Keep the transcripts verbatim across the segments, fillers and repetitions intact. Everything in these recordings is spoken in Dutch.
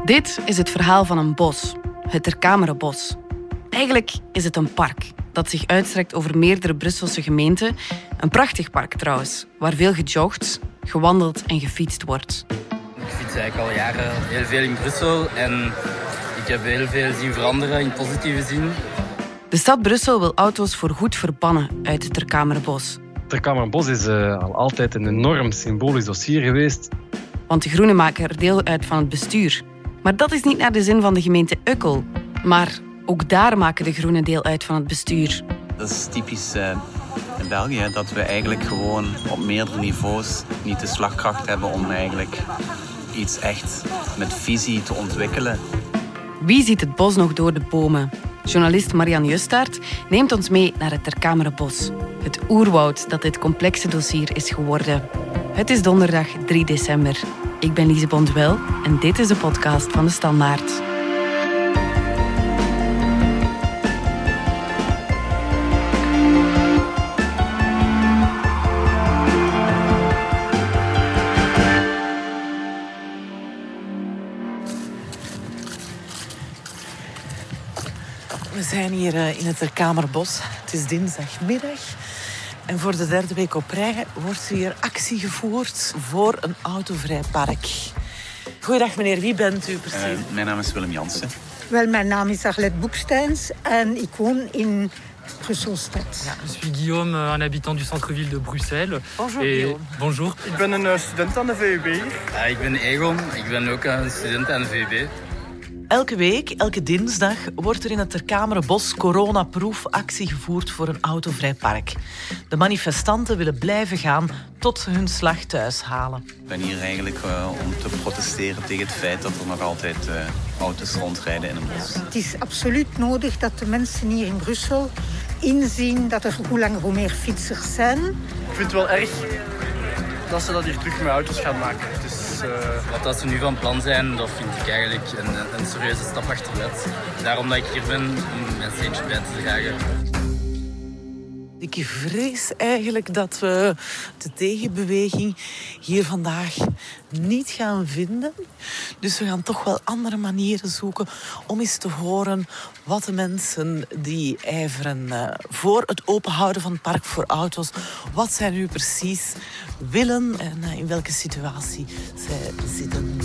Dit is het verhaal van een bos, het Ter Kamerenbos. Eigenlijk is het een park dat zich uitstrekt over meerdere Brusselse gemeenten. Een prachtig park trouwens, waar veel gejogd, gewandeld en gefietst wordt. Ik fiets eigenlijk al jaren heel veel in Brussel en ik heb heel veel zien veranderen in positieve zin. De stad Brussel wil auto's voorgoed verbannen uit het Ter Kamerenbos. Ter Kamerenbos is uh, al altijd een enorm symbolisch dossier geweest. Want de Groenen maken er deel uit van het bestuur. Maar dat is niet naar de zin van de gemeente Uckel. Maar ook daar maken de Groenen deel uit van het bestuur. Dat is typisch uh, in België, dat we eigenlijk gewoon op meerdere niveaus niet de slagkracht hebben om eigenlijk iets echt met visie te ontwikkelen. Wie ziet het bos nog door de bomen? Journalist Marianne Justaert neemt ons mee naar het Ter Kamerenbos. Het oerwoud dat dit complexe dossier is geworden. Het is donderdag drie december. Ik ben Lise Bonduel en dit is de podcast van De Standaard. We zijn hier in het Ter Kamerenbos. Het is dinsdagmiddag. En voor de derde week op rij wordt er hier actie gevoerd voor een autovrij park. Goeiedag meneer, wie bent u precies? Uh, mijn naam is Willem Jansen. Wel, mijn naam is Arlette Boeksteins en ik woon in Brusselstad. Ja, je suis Guillaume, un habitant du centre-ville de Bruxelles. Bonjour Et... Guillaume. Bonjour. Ik ben een student aan de V U B hier. Ja, ik ben Egon, ik ben ook een student aan de V U B. Elke week, elke dinsdag, wordt er in het Ter Kamerenbos coronaproof actie gevoerd voor een autovrij park. De manifestanten willen blijven gaan tot ze hun slag thuis halen. Ik ben hier eigenlijk uh, om te protesteren tegen het feit dat er nog altijd uh, auto's rondrijden in een bos. Het is absoluut nodig dat de mensen hier in Brussel inzien dat er hoe langer hoe meer fietsers zijn. Ik vind het wel erg dat ze dat hier terug met auto's gaan maken. Het is, uh... Wat dat ze nu van plan zijn, dat vind ik eigenlijk een, een serieuze stap achteruit. Daarom dat ik hier ben, om mijn steentje bij te dragen. Ik vrees eigenlijk dat we de tegenbeweging hier vandaag niet gaan vinden. Dus we gaan toch wel andere manieren zoeken om eens te horen wat de mensen die ijveren voor het openhouden van het park voor auto's, wat zij nu precies willen en in welke situatie zij zitten.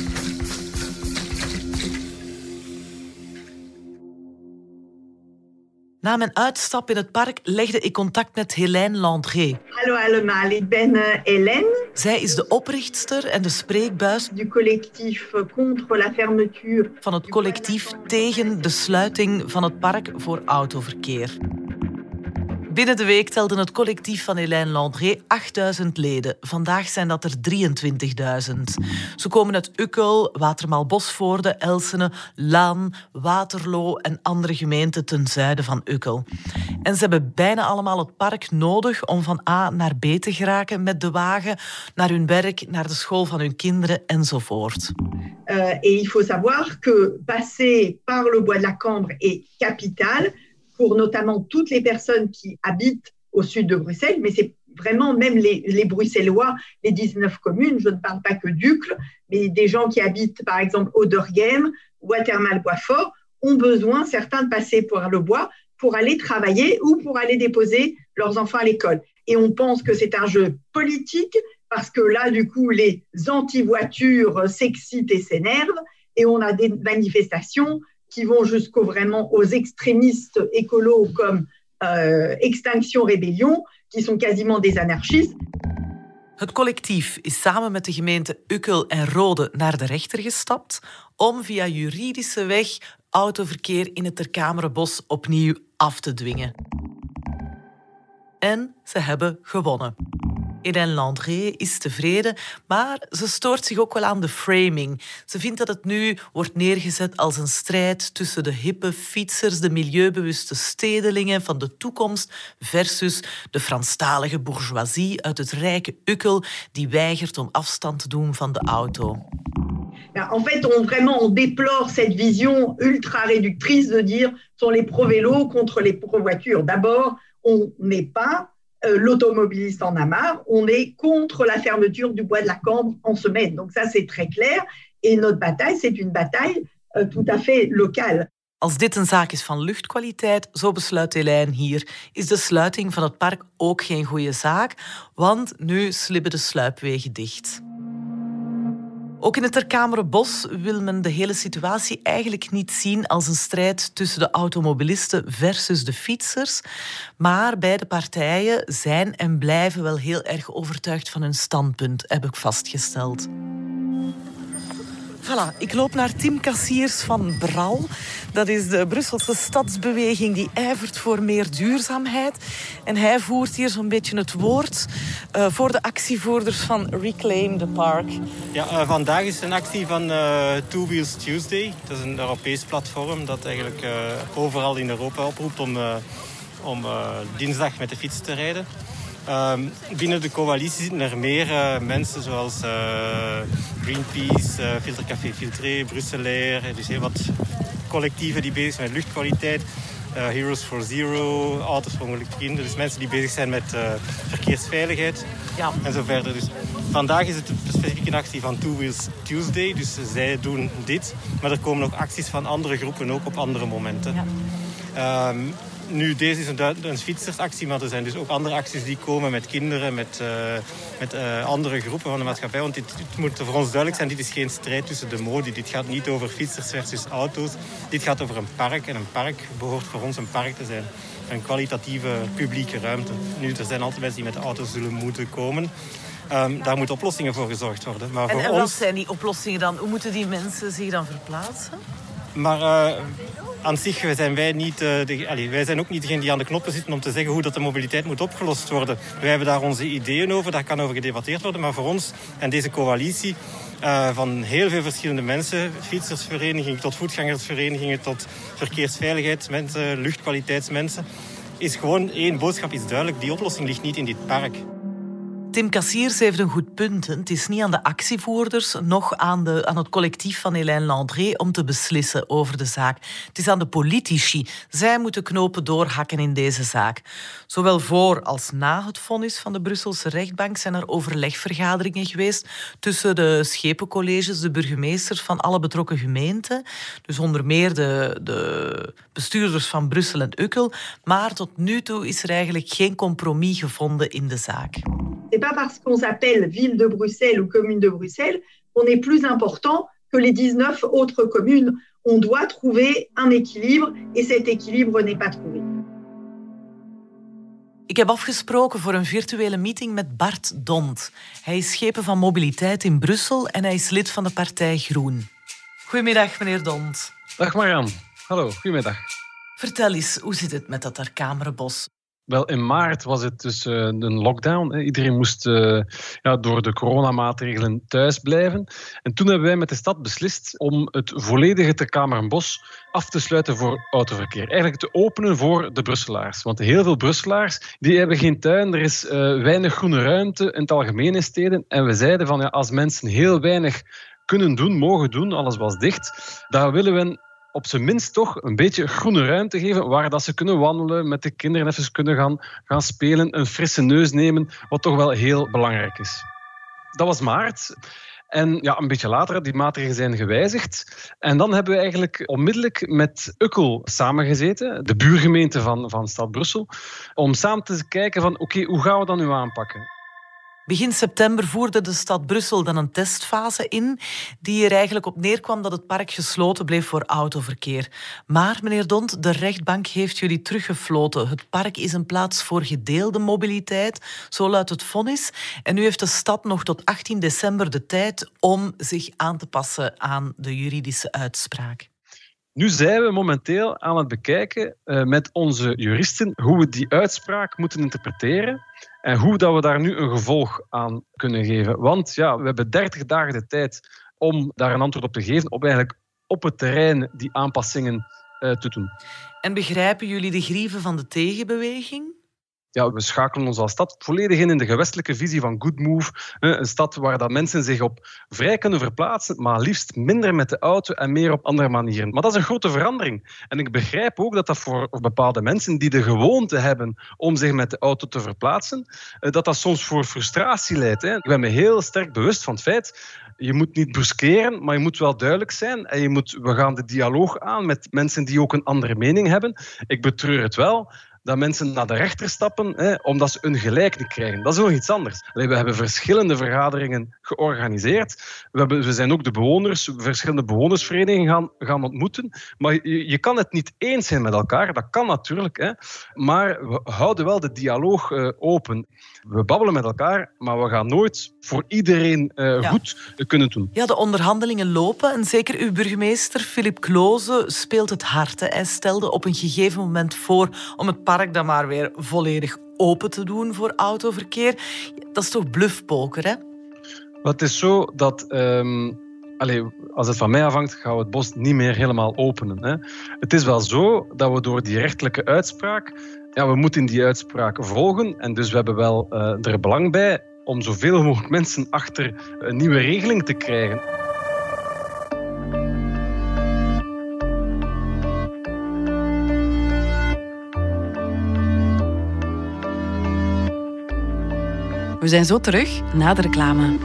Na mijn uitstap in het park legde ik contact met Hélène Landré. Hallo allemaal, ik ben uh, Hélène. Zij is de oprichtster en de spreekbuis du collectif contre la fermeture van het collectief tegen de sluiting van het park voor autoverkeer. Binnen de week telde het collectief van Hélène Landré achtduizend leden. Vandaag zijn dat er drieëntwintigduizend. Ze komen uit Uckel, Watermaal-Bosvoorde, Elsene, Laan, Waterloo en andere gemeenten ten zuiden van Uckel. En ze hebben bijna allemaal het park nodig om van A naar B te geraken met de wagen, naar hun werk, naar de school van hun kinderen enzovoort. Uh, et il faut savoir que passer par le bois de la Cambre est capital pour notamment toutes les personnes qui habitent au sud de Bruxelles, mais c'est vraiment même les, les Bruxellois, les dix-neuf communes, je ne parle pas que d'Uccle, mais des gens qui habitent par exemple Ouderghem, Watermaal-Boisfort, ont besoin, certains, de passer par le bois pour aller travailler ou pour aller déposer leurs enfants à l'école. Et on pense que c'est un jeu politique, parce que là, du coup, les anti-voitures s'excitent et s'énervent, et on a des manifestations qui vont jusqu'aux vraiment aux extrémistes écolos comme euh, Extinction Rébellion, qui sont quasiment des anarchistes. Het collectief is samen met de gemeente Uckel en Rode naar de rechter gestapt om via juridische weg autoverkeer in het Ter Kamerenbos opnieuw af te dwingen. En ze hebben gewonnen. Hélène Landré is tevreden, maar ze stoort zich ook wel aan de framing. Ze vindt dat het nu wordt neergezet als een strijd tussen de hippe fietsers, de milieubewuste stedelingen van de toekomst versus de Franstalige bourgeoisie uit het rijke Uckel die weigert om afstand te doen van de auto. Ja, en fait, on, vraiment, on déplore cette vision ultra-réductrice de dire sont les pro-vélos contre les pro-voitures. D'abord, on n'est pas euh, l'automobiliste en a marre, on est contre la fermeture du bois de la Cambre en semaine. Donc ça, c'est très clair. Et notre bataille, c'est une bataille euh, tout à fait locale. Als dit een zaak is van luchtkwaliteit, zo besluit Hélène hier, is de sluiting van het park ook geen goede zaak, want nu slibben de sluipwegen dicht. Ook in het Terkamerenbos wil men de hele situatie eigenlijk niet zien als een strijd tussen de automobilisten versus de fietsers. Maar beide partijen zijn en blijven wel heel erg overtuigd van hun standpunt, heb ik vastgesteld. Voilà, ik loop naar Tim Cassiers van Bral. Dat is de Brusselse stadsbeweging die ijvert voor meer duurzaamheid. En hij voert hier zo'n beetje het woord uh, voor de actievoerders van Reclaim the Park. Ja, uh, vandaag is een actie van uh, Two Wheels Tuesday. Dat is een Europees platform dat eigenlijk uh, overal in Europa oproept om, uh, om uh, dinsdag met de fiets te rijden. Uh, binnen de coalitie zitten er meer uh, mensen zoals uh, Greenpeace, uh, Filtercafé Filtré, Brusselair. Dus heel wat collectieven die bezig zijn met luchtkwaliteit. Uh, Heroes for Zero, Auto's voor ongelukkige kinderen. Dus mensen die bezig zijn met uh, verkeersveiligheid ja. en zo verder. Dus vandaag is het specifiek een actie van Two Wheels Tuesday. Dus zij doen dit. Maar er komen ook acties van andere groepen ook op andere momenten. Ja. Um, Nu, deze is een, een fietsersactie, maar er zijn dus ook andere acties die komen met kinderen, met, uh, met uh, andere groepen van de maatschappij. Want dit, het moet voor ons duidelijk zijn, dit is geen strijd tussen de modi. Dit gaat niet over fietsers versus auto's. Dit gaat over een park. En een park behoort voor ons een park te zijn. Een kwalitatieve publieke ruimte. Nu, er zijn altijd mensen die met de auto's zullen moeten komen. Um, daar moeten oplossingen voor gezorgd worden. Maar en voor en wat ons... zijn die oplossingen dan? Hoe moeten die mensen zich dan verplaatsen? Maar... Uh, Aan zich zijn wij, niet, uh, de, allez, wij zijn ook niet degene die aan de knoppen zitten om te zeggen hoe dat de mobiliteit moet opgelost worden. Wij hebben daar onze ideeën over, daar kan over gedebatteerd worden. Maar voor ons en deze coalitie uh, van heel veel verschillende mensen, fietsersverenigingen tot voetgangersverenigingen tot verkeersveiligheidsmensen, luchtkwaliteitsmensen, is gewoon één boodschap is duidelijk. Die oplossing ligt niet in dit park. Tim Cassiers heeft een goed punt. Het is niet aan de actievoerders, noch aan, de, aan het collectief van Hélène Landré om te beslissen over de zaak. Het is aan de politici. Zij moeten knopen doorhakken in deze zaak. Zowel voor als na het vonnis van de Brusselse rechtbank zijn er overlegvergaderingen geweest tussen de schepencolleges, de burgemeesters van alle betrokken gemeenten. Dus onder meer de, de bestuurders van Brussel en Ukkel. Maar tot nu toe is er eigenlijk geen compromis gevonden in de zaak. C'est pas parce qu'on s'appelle Ville de Bruxelles ou Commune de Bruxelles qu'on est plus important que les dix-neuf autres communes. On doit trouver un équilibre et cet équilibre n'est pas trouvé. Ik heb afgesproken voor een virtuele meeting met Bart Dont. Hij is schepen van mobiliteit in Brussel en hij is lid van de partij Groen. Goedemiddag, meneer Dont. Dag Marianne. Hallo, goedemiddag. Vertel eens, hoe zit het met dat Terkamerenbos? Wel, in maart was het dus uh, een lockdown. Hè. Iedereen moest uh, ja, door de coronamaatregelen thuis blijven. En toen hebben wij met de stad beslist om het volledige Terkamerenbos af te sluiten voor autoverkeer. Eigenlijk te openen voor de Brusselaars. Want heel veel Brusselaars die hebben geen tuin. Er is uh, weinig groene ruimte in het algemeen in steden. En we zeiden van ja, als mensen heel weinig kunnen doen, mogen doen, alles was dicht, dan willen we op zijn minst toch een beetje groene ruimte geven waar dat ze kunnen wandelen, met de kinderen even kunnen gaan, gaan spelen, een frisse neus nemen, wat toch wel heel belangrijk is. Dat was maart. En ja, een beetje later, die maatregelen zijn gewijzigd. En dan hebben we eigenlijk onmiddellijk met Ukkel samengezeten, de buurgemeente van, van stad Brussel, om samen te kijken van oké, okay, hoe gaan we dat nu aanpakken? Begin september voerde de stad Brussel dan een testfase in die er eigenlijk op neerkwam dat het park gesloten bleef voor autoverkeer. Maar, meneer Dont, de rechtbank heeft jullie teruggefloten. Het park is een plaats voor gedeelde mobiliteit, zo luidt het vonnis. En nu heeft de stad nog tot achttien december de tijd om zich aan te passen aan de juridische uitspraak. Nu zijn we momenteel aan het bekijken uh, met onze juristen hoe we die uitspraak moeten interpreteren en hoe dat we daar nu een gevolg aan kunnen geven. Want ja, we hebben dertig dagen de tijd om daar een antwoord op te geven, om eigenlijk op het terrein die aanpassingen uh, te doen. En begrijpen jullie de grieven van de tegenbeweging? Ja, we schakelen ons als stad volledig in in de gewestelijke visie van Good Move. Een stad waar dat mensen zich op vrij kunnen verplaatsen, maar liefst minder met de auto en meer op andere manieren. Maar dat is een grote verandering. En ik begrijp ook dat dat voor bepaalde mensen die de gewoonte hebben om zich met de auto te verplaatsen, dat dat soms voor frustratie leidt. Ik ben me heel sterk bewust van het feit, je moet niet bruskeren, maar je moet wel duidelijk zijn. En je moet, we gaan de dialoog aan met mensen die ook een andere mening hebben. Ik betreur het wel dat mensen naar de rechter stappen, hè, omdat ze een gelijk niet krijgen. Dat is nog iets anders. Allee, we hebben verschillende vergaderingen georganiseerd. We, hebben, we zijn ook de bewoners, verschillende bewonersverenigingen gaan, gaan ontmoeten. Maar je, je kan het niet eens zijn met elkaar. Dat kan natuurlijk. Hè. Maar we houden wel de dialoog uh, open. We babbelen met elkaar, maar we gaan nooit voor iedereen uh, ja. goed kunnen doen. Ja, de onderhandelingen lopen. En zeker uw burgemeester, Philippe Cloze, speelt het hard. Hè. Hij stelde op een gegeven moment voor om het park dan maar weer volledig open te doen voor autoverkeer. Dat is toch bluffpoker, hè? Het is zo dat, um, allez, als het van mij afhangt, gaan we het bos niet meer helemaal openen. Hè. Het is wel zo dat we door die rechtelijke uitspraak, ja, we moeten die uitspraak volgen. En dus we hebben wel uh, er belang bij om zoveel mogelijk mensen achter een nieuwe regeling te krijgen. We zijn zo terug na de reclame.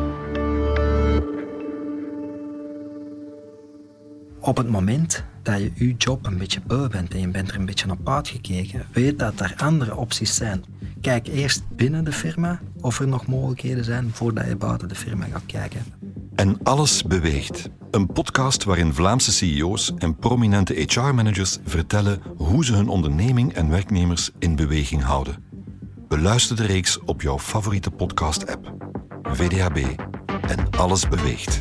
Op het moment dat je je job een beetje beu bent en je bent er een beetje op uitgekeken, weet dat er andere opties zijn. Kijk eerst binnen de firma of er nog mogelijkheden zijn voordat je buiten de firma gaat kijken. En alles beweegt. Een podcast waarin Vlaamse C E O's en prominente H R-managers vertellen hoe ze hun onderneming en werknemers in beweging houden. Beluister de reeks op jouw favoriete podcast-app. V D H B. En alles beweegt.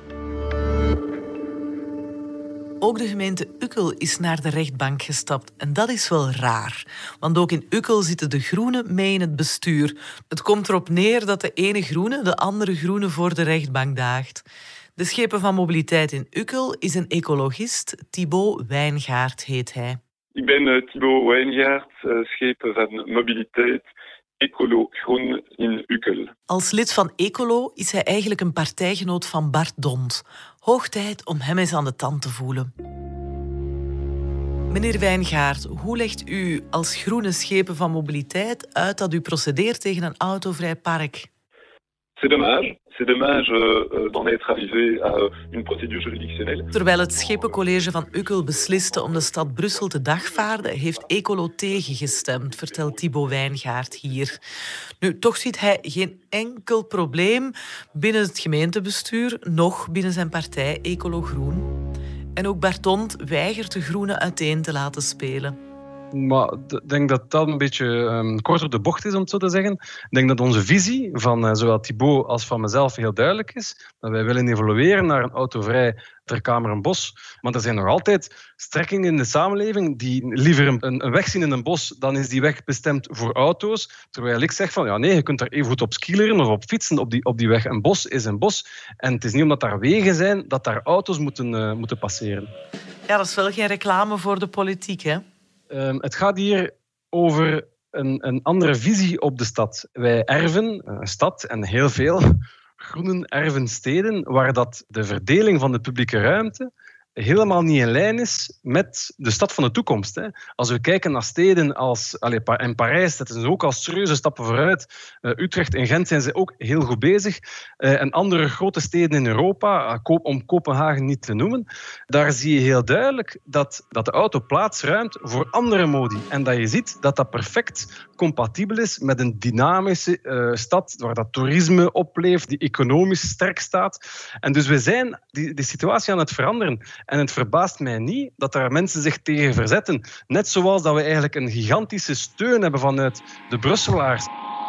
Ook de gemeente Uckel is naar de rechtbank gestapt. En dat is wel raar. Want ook in Uckel zitten de groenen mee in het bestuur. Het komt erop neer dat de ene groene de andere groene voor de rechtbank daagt. De schepen van mobiliteit in Uckel is een ecologist. Thibaut Wijngaard heet hij. Ik ben uh, Thibaut Wijngaard, uh, schepen van mobiliteit Ecolo Groen in Uckel. Als lid van Ecolo is hij eigenlijk een partijgenoot van Bart Dont. Hoog tijd om hem eens aan de tand te voelen. Meneer Wijngaard, hoe legt u als groene schepen van mobiliteit uit dat u procedeert tegen een autovrij park? C'est dommage. C'est dommage uh, d'en être arrivé à une procédure juridictionnelle. Terwijl het Schepencollege van Uckel besliste om de stad Brussel te dagvaarden, heeft Ecolo tegengestemd, vertelt Thibaut Wijngaard hier. Nu, toch ziet hij geen enkel probleem binnen het gemeentebestuur, noch binnen zijn partij Ecolo Groen. En ook Bart Dont weigert de Groenen uiteen te laten spelen. Maar ik denk dat dat een beetje um, korter de bocht is, om het zo te zeggen. Ik denk dat onze visie van uh, zowel Thibaut als van mezelf heel duidelijk is. Dat wij willen evolueren naar een autovrij Ter-Kamer-en-Bos. Maar er zijn nog altijd strekkingen in de samenleving die liever een, een weg zien in een bos, dan is die weg bestemd voor auto's. Terwijl ik zeg van, ja nee, je kunt daar even goed op skileren of op fietsen op die, op die weg. Een bos is een bos. En het is niet omdat daar wegen zijn, dat daar auto's moeten, uh, moeten passeren. Ja, dat is wel geen reclame voor de politiek, hè? Um, het gaat hier over een, een andere visie op de stad. Wij erven een stad en heel veel groenen erven steden waar dat de verdeling van de publieke ruimte helemaal niet in lijn is met de stad van de toekomst. Hè. Als we kijken naar steden als allez, in Parijs, dat is ook al serieuze stappen vooruit. Uh, Utrecht en Gent zijn ze ook heel goed bezig. Uh, en andere grote steden in Europa, uh, om Kopenhagen niet te noemen, daar zie je heel duidelijk dat, dat de auto plaats ruimt voor andere modi. En dat je ziet dat dat perfect compatibel is met een dynamische uh, stad, waar dat toerisme opleeft, die economisch sterk staat. En dus we zijn die, die situatie aan het veranderen. En het verbaast mij niet dat daar mensen zich tegen verzetten. Net zoals dat we eigenlijk een gigantische steun hebben vanuit de Brusselaars.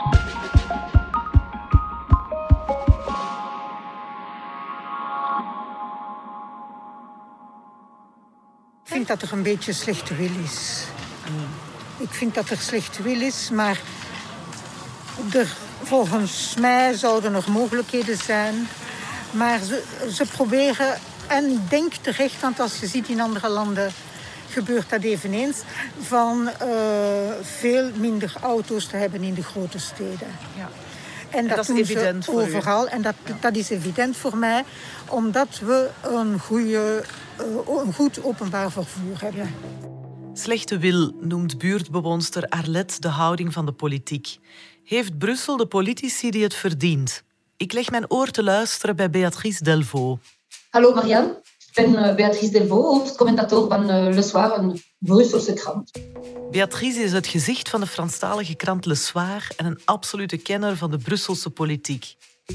Ik vind dat er een beetje slechte wil is. Ik vind dat er slechte wil is, maar er, volgens mij zouden er mogelijkheden zijn. Maar ze, ze proberen... En ik denk terecht, want als je ziet in andere landen gebeurt dat eveneens van uh, veel minder auto's te hebben in de grote steden. Ja. En dat, dat doen is evident ze voor overal. u. En dat, Ja. dat is evident voor mij, omdat we een, goede, uh, een goed openbaar vervoer hebben. Slechte wil noemt buurtbewoonster Arlette de houding van de politiek. Heeft Brussel de politici die het verdient? Ik leg mijn oor te luisteren bij Béatrice Delvaux. Hallo Marianne, ik ben uh, Béatrice Delvaux, hoofdcommentator van uh, Le Soir, een Brusselse krant. Béatrice is het gezicht van de Franstalige krant Le Soir en een absolute kenner van de Brusselse politiek.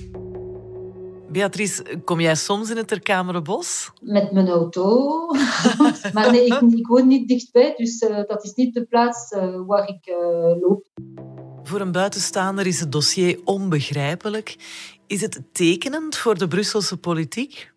Béatrice, kom jij soms in het Ter Kamerenbos? Met mijn auto. Maar nee, ik, ik woon niet dichtbij, dus uh, dat is niet de plaats uh, waar ik uh, loop. Voor een buitenstaander is het dossier onbegrijpelijk. Is het tekenend voor de Brusselse politiek?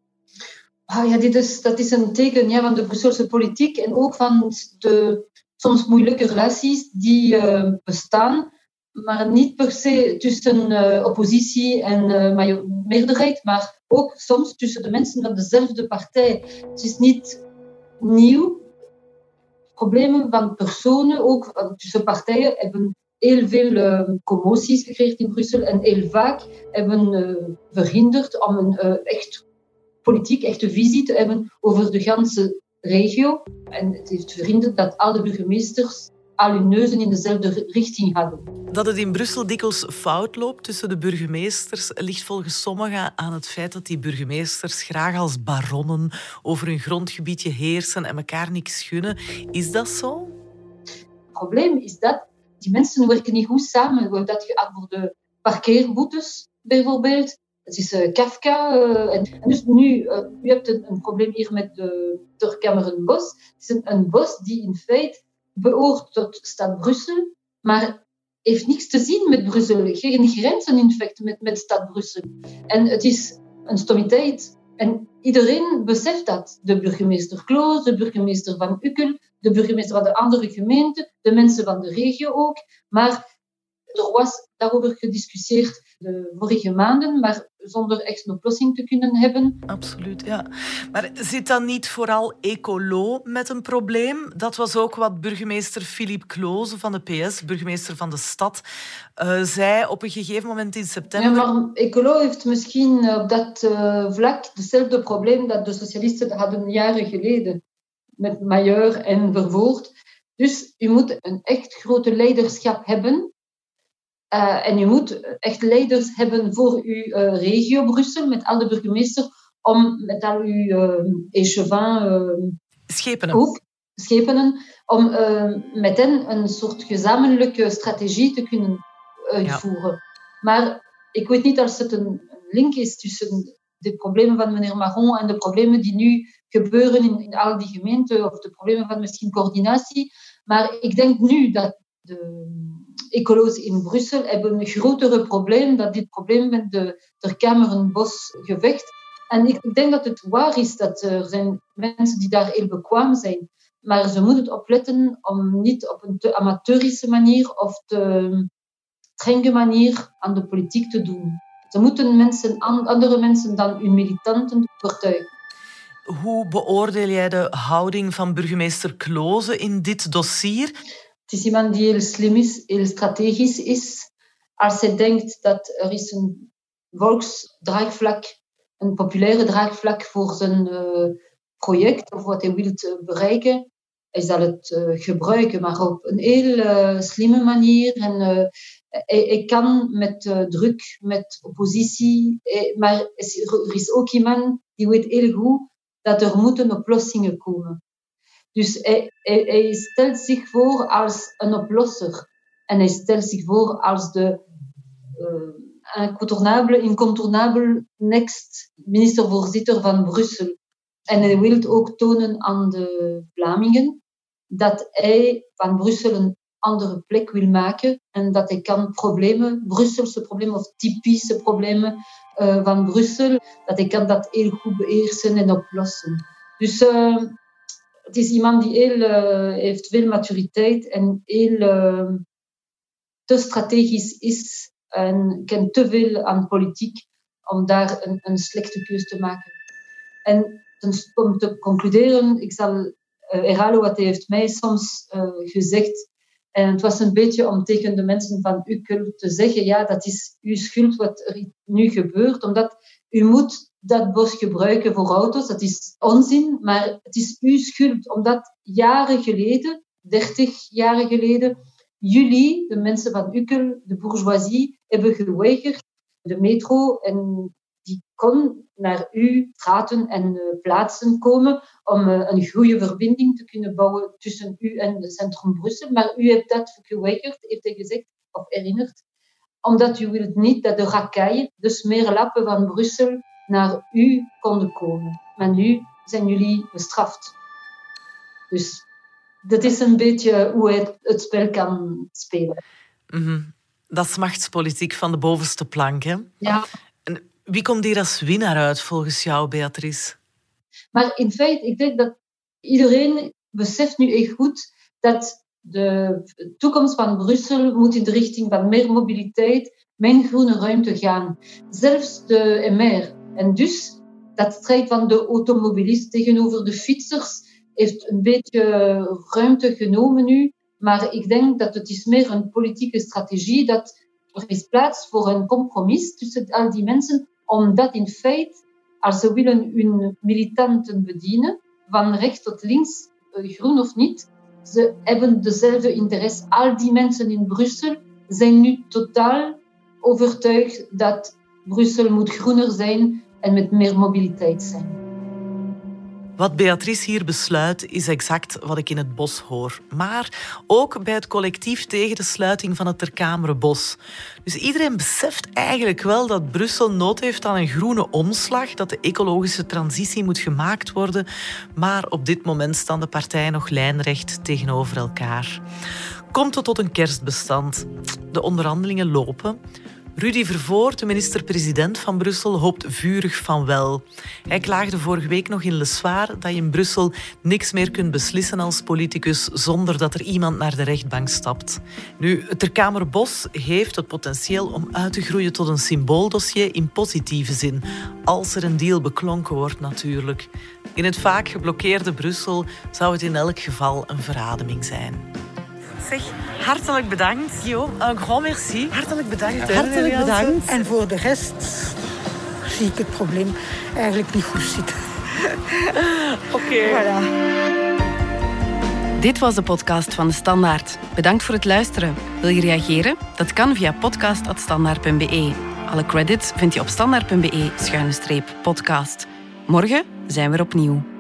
Ah, ja, dit is, dat is een teken ja, van de Brusselse politiek en ook van de soms moeilijke relaties die uh, bestaan, maar niet per se tussen uh, oppositie en uh, meerderheid, maar ook soms tussen de mensen van dezelfde partij. Het is niet nieuw. Problemen van personen, ook tussen partijen, hebben heel veel uh, commoties gecreëerd in Brussel en heel vaak hebben uh, verhinderd om een uh, echt politiek, echte visie te hebben over de ganse regio. En het heeft verhinderd dat alle burgemeesters al hun neuzen in dezelfde richting hadden. Dat het in Brussel dikwijls fout loopt tussen de burgemeesters ligt volgens sommigen aan het feit dat die burgemeesters graag als baronnen over hun grondgebiedje heersen en elkaar niks gunnen. Is dat zo? Het probleem is dat die mensen werken niet goed samen. We hebben dat gehad voor de parkeerboetes bijvoorbeeld. Het is uh, Kafka. Uh, en, en dus nu, uh, u hebt een, een probleem hier met de Ter Kamerenbos. Het is een, een bos die in feite behoort tot stad Brussel, maar heeft niks te zien met Brussel. Geen grenzen in feite met, met stad Brussel. En het is een stommiteit. En iedereen beseft dat. De burgemeester Kloos, de burgemeester van Ukkel, de burgemeester van de andere gemeenten, de mensen van de regio ook. Maar er was daarover gediscussieerd de vorige maanden, maar zonder echt een oplossing te kunnen hebben. Absoluut, ja. Maar zit dan niet vooral Ecolo met een probleem? Dat was ook wat burgemeester Philippe Kloze van de P S, burgemeester van de stad, uh, zei op een gegeven moment in september. Ja, maar Ecolo heeft misschien op dat uh, vlak hetzelfde probleem dat de socialisten hadden jaren geleden met Majeur en Vervoort. Dus je moet een echt grote leiderschap hebben. Uh, en je moet echt leiders hebben voor uw uh, regio Brussel, met al de burgemeesters, om met al uw uh, échevins, uh, schepenen. Ook, schepenen, om uh, met hen een soort gezamenlijke strategie te kunnen uitvoeren. Ja. Maar ik weet niet of het een link is tussen de problemen van meneer Maron en de problemen die nu gebeuren in, in al die gemeenten, of de problemen van misschien coördinatie. Maar ik denk nu dat de ecolo's in Brussel hebben een grotere probleem dan dit probleem met de Ter Kamerenbos-gevecht. En ik denk dat het waar is dat er zijn mensen die daar heel bekwaam zijn. Maar ze moeten opletten om niet op een te amateurische manier of te strenge manier aan de politiek te doen. Ze moeten mensen, andere mensen dan hun militanten overtuigen. Hoe beoordeel jij de houding van burgemeester Kloze in dit dossier? Het is iemand die heel slim is, heel strategisch is. Als hij denkt dat er is een volksdraagvlak, een populaire draagvlak voor zijn uh, project of wat hij wil bereiken, hij zal het uh, gebruiken, maar op een heel uh, slimme manier. En, uh, hij, hij kan met uh, druk, met oppositie, hij, maar er is ook iemand die weet heel goed dat er moeten oplossingen komen. Dus hij, hij, hij stelt zich voor als een oplosser. En hij stelt zich voor als de uh, incontournable, incontournable next minister-voorzitter van Brussel. En hij wil ook tonen aan de Vlamingen dat hij van Brussel een andere plek wil maken en dat hij kan problemen, Brusselse problemen of typische problemen uh, van Brussel, dat hij kan dat heel goed beheersen en oplossen. Dus uh, het is iemand die heel, uh, heeft veel maturiteit en heel uh, te strategisch is en kent te veel aan politiek om daar een, een slechte keus te maken. En om te concluderen, ik zal Uh, herhalen wat hij heeft mij soms uh, gezegd. En het was een beetje om tegen de mensen van Uccle te zeggen, ja, dat is uw schuld wat er nu gebeurt, omdat u moet dat bos gebruiken voor auto's. Dat is onzin, maar het is uw schuld, omdat jaren geleden, dertig jaren geleden, jullie, de mensen van Uccle, de bourgeoisie, hebben geweigerd de metro en die kon naar uw straten en uh, plaatsen komen om uh, een goede verbinding te kunnen bouwen tussen u en het centrum Brussel. Maar u hebt dat geweigerd, heeft hij gezegd, of herinnerd, omdat u wilt niet dat de racailles, de smeerlappen van Brussel, naar u konden komen. Maar nu zijn jullie bestraft. Dus dat is een beetje hoe hij het, het spel kan spelen. Mm-hmm. Dat is machtspolitiek van de bovenste plank, hè? Ja. En wie komt hier als winnaar uit, volgens jou, Beatrice? Maar in feite, ik denk dat iedereen beseft nu echt goed dat de toekomst van Brussel moet in de richting van meer mobiliteit, meer groene ruimte gaan. Zelfs de M R. En dus, dat strijd van de automobilist tegenover de fietsers heeft een beetje ruimte genomen nu. Maar ik denk dat het is meer een politieke strategie, dat er is plaats voor een compromis tussen al die mensen, omdat in feite, als ze willen hun militanten bedienen, van rechts tot links, groen of niet, ze hebben dezelfde interesse. Al die mensen in Brussel zijn nu totaal overtuigd dat Brussel moet groener zijn en met meer mobiliteit zijn. Wat Beatrice hier besluit, is exact wat ik in het bos hoor. Maar ook bij het collectief tegen de sluiting van het Ter Kamerenbos. Dus iedereen beseft eigenlijk wel dat Brussel nood heeft aan een groene omslag, dat de ecologische transitie moet gemaakt worden. Maar op dit moment staan de partijen nog lijnrecht tegenover elkaar. Komt het tot een kerstbestand? De onderhandelingen lopen. Rudy Vervoort, de minister-president van Brussel, hoopt vurig van wel. Hij klaagde vorige week nog in Le Soir dat je in Brussel niks meer kunt beslissen als politicus zonder dat er iemand naar de rechtbank stapt. Nu, het Ter Kamerenbos heeft het potentieel om uit te groeien tot een symbooldossier in positieve zin. Als er een deal beklonken wordt natuurlijk. In het vaak geblokkeerde Brussel zou het in elk geval een verademing zijn. Zeg, hartelijk bedankt, Guillaume. Un grand merci. Hartelijk bedankt. Hartelijk bedankt. En voor de rest zie ik het probleem eigenlijk niet goed zitten. Oké. Okay. Voilà. Dit was de podcast van De Standaard. Bedankt voor het luisteren. Wil je reageren? Dat kan via podcast apenstaartje standaard punt b e. Alle credits vind je op standaard punt b e schuine streep podcast. Morgen zijn we er opnieuw.